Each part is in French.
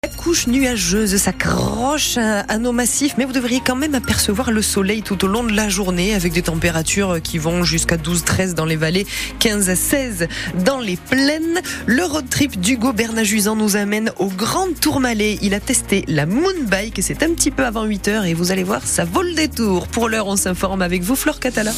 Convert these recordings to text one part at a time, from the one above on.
La couche nuageuse s'accroche à nos massifs, mais vous devriez quand même apercevoir le soleil tout au long de la journée avec des températures qui vont jusqu'à 12-13 dans les vallées, 15 à 16 dans les plaines. Le road trip d'Hugo Bernajuzan nous amène au Grand Tourmalet. Il a testé la Moonbike et c'est un petit peu avant 8h et vous allez voir, ça vaut le détour. Pour l'heure, on s'informe avec vous, Flore Catala.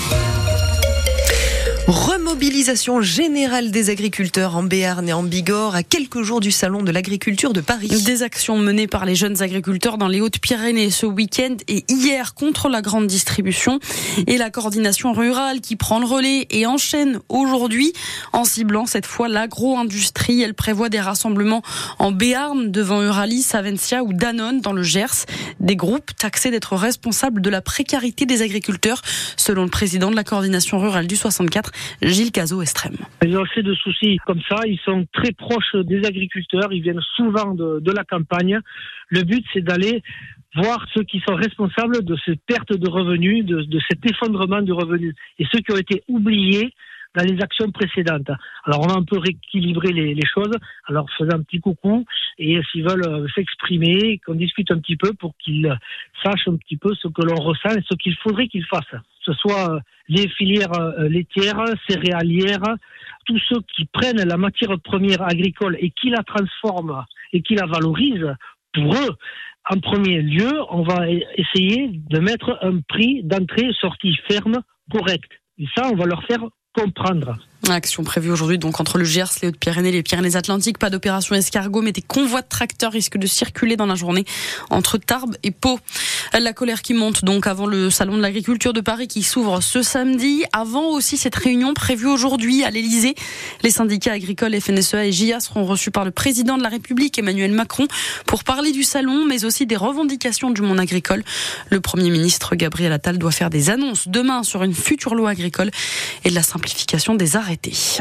Remobilisation générale des agriculteurs en Béarn et en Bigorre à quelques jours du salon de l'agriculture de Paris. Des actions menées par les jeunes agriculteurs dans les Hautes-Pyrénées ce week-end et hier contre la grande distribution et la coordination rurale qui prend le relais et enchaîne aujourd'hui en ciblant cette fois l'agro-industrie. Elle prévoit des rassemblements en Béarn devant Euralis, Savencia ou Danone dans le Gers. Des groupes taxés d'être responsables de la précarité des agriculteurs selon le président de la coordination rurale du 64, Gilles Cazot-Estrême. Ils ont assez de soucis comme ça, ils sont très proches des agriculteurs, ils viennent souvent de la campagne. Le but, c'est d'aller voir ceux qui sont responsables de cette perte de revenus, de cet effondrement de revenus, et ceux qui ont été oubliés dans les actions précédentes. Alors on va un peu rééquilibrer les choses, alors faisant un petit coucou, et s'ils veulent s'exprimer, qu'on discute un petit peu pour qu'ils sachent un petit peu ce que l'on ressent et ce qu'il faudrait qu'ils fassent. Que ce soit les filières laitières, céréalières, tous ceux qui prennent la matière première agricole et qui la transforment et qui la valorisent, pour eux, en premier lieu, on va essayer de mettre un prix d'entrée-sortie ferme correct. Et ça, on va leur faire comprendre. Action prévue aujourd'hui donc entre le Gers, les Hautes-Pyrénées, les Pyrénées-Atlantiques. Pas d'opération escargot, mais des convois de tracteurs risquent de circuler dans la journée entre Tarbes et Pau. La colère qui monte donc avant le salon de l'agriculture de Paris qui s'ouvre ce samedi. Avant aussi cette réunion prévue aujourd'hui à l'Elysée. Les syndicats agricoles FNSEA et JA seront reçus par le président de la République, Emmanuel Macron, pour parler du salon, mais aussi des revendications du monde agricole. Le Premier ministre Gabriel Attal doit faire des annonces demain sur une future loi agricole et de la simplification des arrêtés.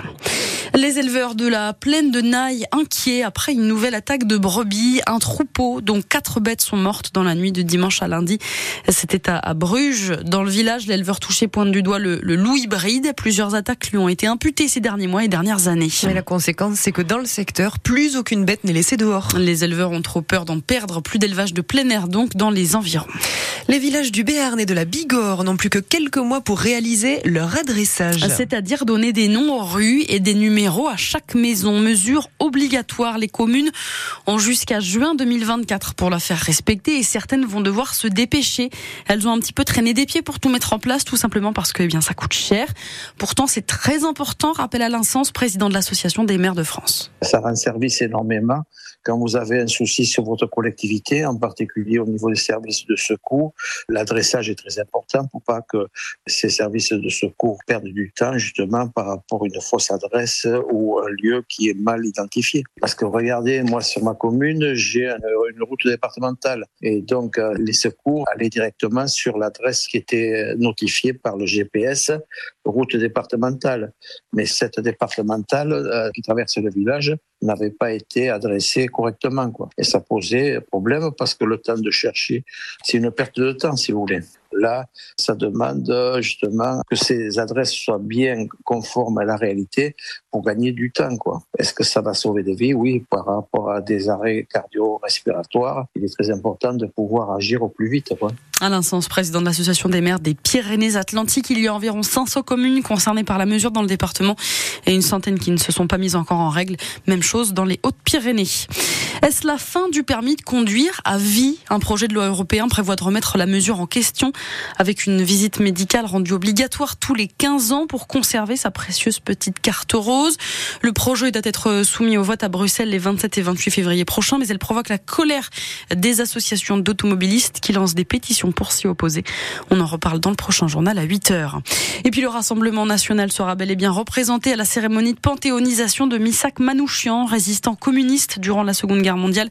Les éleveurs de la plaine de Naï inquiets après une nouvelle attaque de brebis. Un troupeau dont 4 bêtes sont mortes dans la nuit de dimanche à lundi. C'était à Bruges. Dans le village, l'éleveur touché pointe du doigt le loup hybride. Plusieurs attaques lui ont été imputées ces derniers mois et dernières années. Mais la conséquence, c'est que dans le secteur, plus aucune bête n'est laissée dehors. Les éleveurs ont trop peur d'en perdre. Plus d'élevage de plein air donc dans les environs. Les villages du Béarn et de la Bigorre n'ont plus que quelques mois pour réaliser leur adressage. C'est-à-dire donner des noms aux rues et des numéros à chaque maison. Mesure obligatoire. Les communes ont jusqu'à juin 2024 pour la faire respecter et certaines vont devoir se dépêcher. Elles ont un petit peu traîné des pieds pour tout mettre en place, tout simplement parce que ça coûte cher. Pourtant, c'est très important, rappelle Alain Sens, président de l'Association des maires de France. Ça rend service énormément quand vous avez un souci sur votre collectivité, en particulier au niveau des services de secours. L'adressage est très important pour pas que ces services de secours perdent du temps justement par rapport à une fausse adresse ou un lieu qui est mal identifié. Parce que regardez, moi sur ma commune, j'ai une route départementale et donc les secours allaient directement sur l'adresse qui était notifiée par le GPS, route départementale. Mais cette départementale qui traverse le village n'avait pas été adressée correctement, quoi. Et ça posait problème parce que le temps de chercher, c'est une perte de temps, si vous voulez. Là, ça demande justement que ces adresses soient bien conformes à la réalité pour gagner du temps, quoi. Est-ce que ça va sauver des vies? Oui, par rapport à des arrêts cardio-respiratoires, il est très important de pouvoir agir au plus vite, quoi. Alain Sens, président de l'Association des maires des Pyrénées-Atlantiques. Il y a environ 500 communes concernées par la mesure dans le département et une centaine qui ne se sont pas mises encore en règle. Même chose dans les Hautes-Pyrénées. Est-ce la fin du permis de conduire à vie? Un projet de loi européen prévoit de remettre la mesure en question avec une visite médicale rendue obligatoire tous les 15 ans pour conserver sa précieuse petite carte rose. Le projet doit être soumis au vote à Bruxelles les 27 et 28 février prochains, mais elle provoque la colère des associations d'automobilistes qui lancent des pétitions pour s'y opposer. On en reparle dans le prochain journal à 8h. Et puis le Rassemblement national sera bel et bien représenté à la cérémonie de panthéonisation de Missak Manouchian, résistant communiste durant la Seconde Guerre mondiale.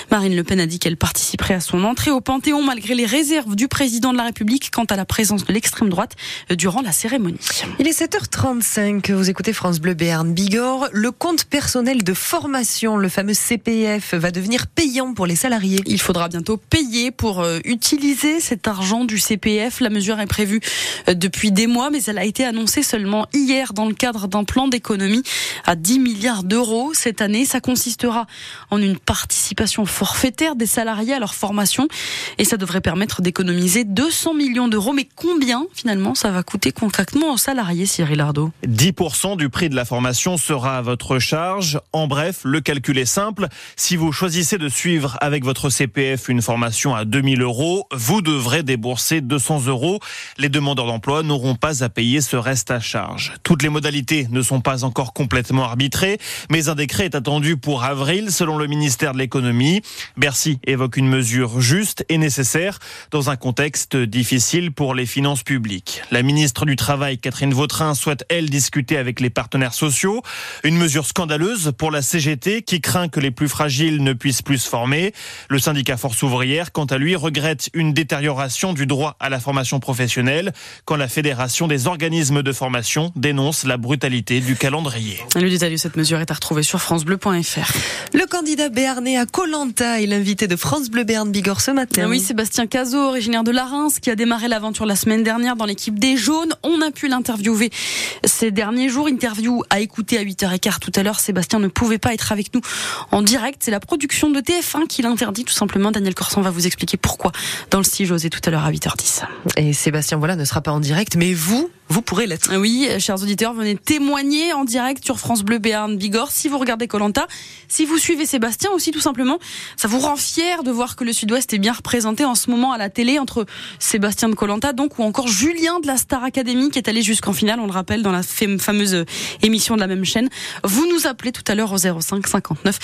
Marine Le Pen a dit qu'elle participerait à son entrée au Panthéon malgré les réserves du président de la République quant à la présence de l'extrême droite durant la cérémonie. Il est 7h35, vous écoutez France Bleu Béarn Bigorre. Le compte personnel de formation, le fameux CPF, va devenir payant pour les salariés. Il faudra bientôt payer pour utiliser cet argent du CPF. La mesure est prévue depuis des mois, mais elle a été annoncée seulement hier dans le cadre d'un plan d'économie à 10 milliards d'euros cette année. Ça consistera en une participation forfaitaire des salariés à leur formation et ça devrait permettre d'économiser 200 millions d'euros. Mais combien finalement ça va coûter concrètement aux salariés, Cyril Ardo ? 10% du prix de la formation sera à votre charge. En bref, le calcul est simple. Si vous choisissez de suivre avec votre CPF une formation à 2000 euros, vous devrez débourser 200 euros. Les demandeurs d'emploi n'auront pas à payer ce reste à charge. Toutes les modalités ne sont pas encore complètement arbitrées, mais un décret est attendu pour avril, selon le ministère de l'économie. Bercy évoque une mesure juste et nécessaire dans un contexte difficile pour les finances publiques. La ministre du Travail, Catherine Vautrin, souhaite, elle, discuter avec les partenaires sociaux. Une mesure scandaleuse pour la CGT qui craint que les plus fragiles ne puissent plus se former. Le syndicat Force ouvrière, quant à lui, regrette une détérioration du droit à la formation professionnelle quand la Fédération des organismes de formation dénonce la brutalité du calendrier. Le détail de cette mesure est à retrouver sur francebleu.fr. Le candidat béarnais à Koh-Lanta est l'invité de France Bleu Béarn Bigorre ce matin. Oui, Sébastien Cazot, originaire de la Reims, qui a démarré l'aventure la semaine dernière dans l'équipe des Jaunes. On a pu l'interviewer ces derniers jours. Interview à écouter à 8h15 tout à l'heure. Sébastien ne pouvait pas être avec nous en direct. C'est la production de TF1 qui l'interdit tout simplement. Daniel Corson va vous expliquer pourquoi dans le 6 José tout à l'heure à 8h10. Et Sébastien, voilà, ne sera pas en direct, mais vous pourrez l'être. Oui, chers auditeurs, venez témoigner en direct sur France Bleu Béarn Bigorre si vous regardez Koh-Lanta. Si vous suivez Sébastien aussi, tout simplement, ça vous rend fier de voir que le Sud-Ouest est bien représenté en ce moment à la télé entre Sébastien de Koh-Lanta, donc, ou encore Julien de la Star Academy qui est allé jusqu'en finale, on le rappelle, dans la fameuse émission de la même chaîne. Vous nous appelez tout à l'heure au 05 59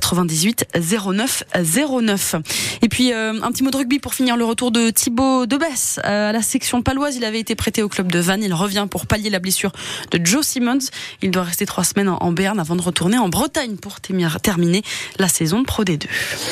98 09 09. Et puis, un petit mot de rugby pour finir, le retour de Thibaut Debesse à la section paloise. Il avait été prêté au club de Vannes. Il revient pour pallier la blessure de Joe Simmons. Il doit rester 3 semaines en Béarn avant de retourner en Bretagne pour terminer la saison de Pro D2.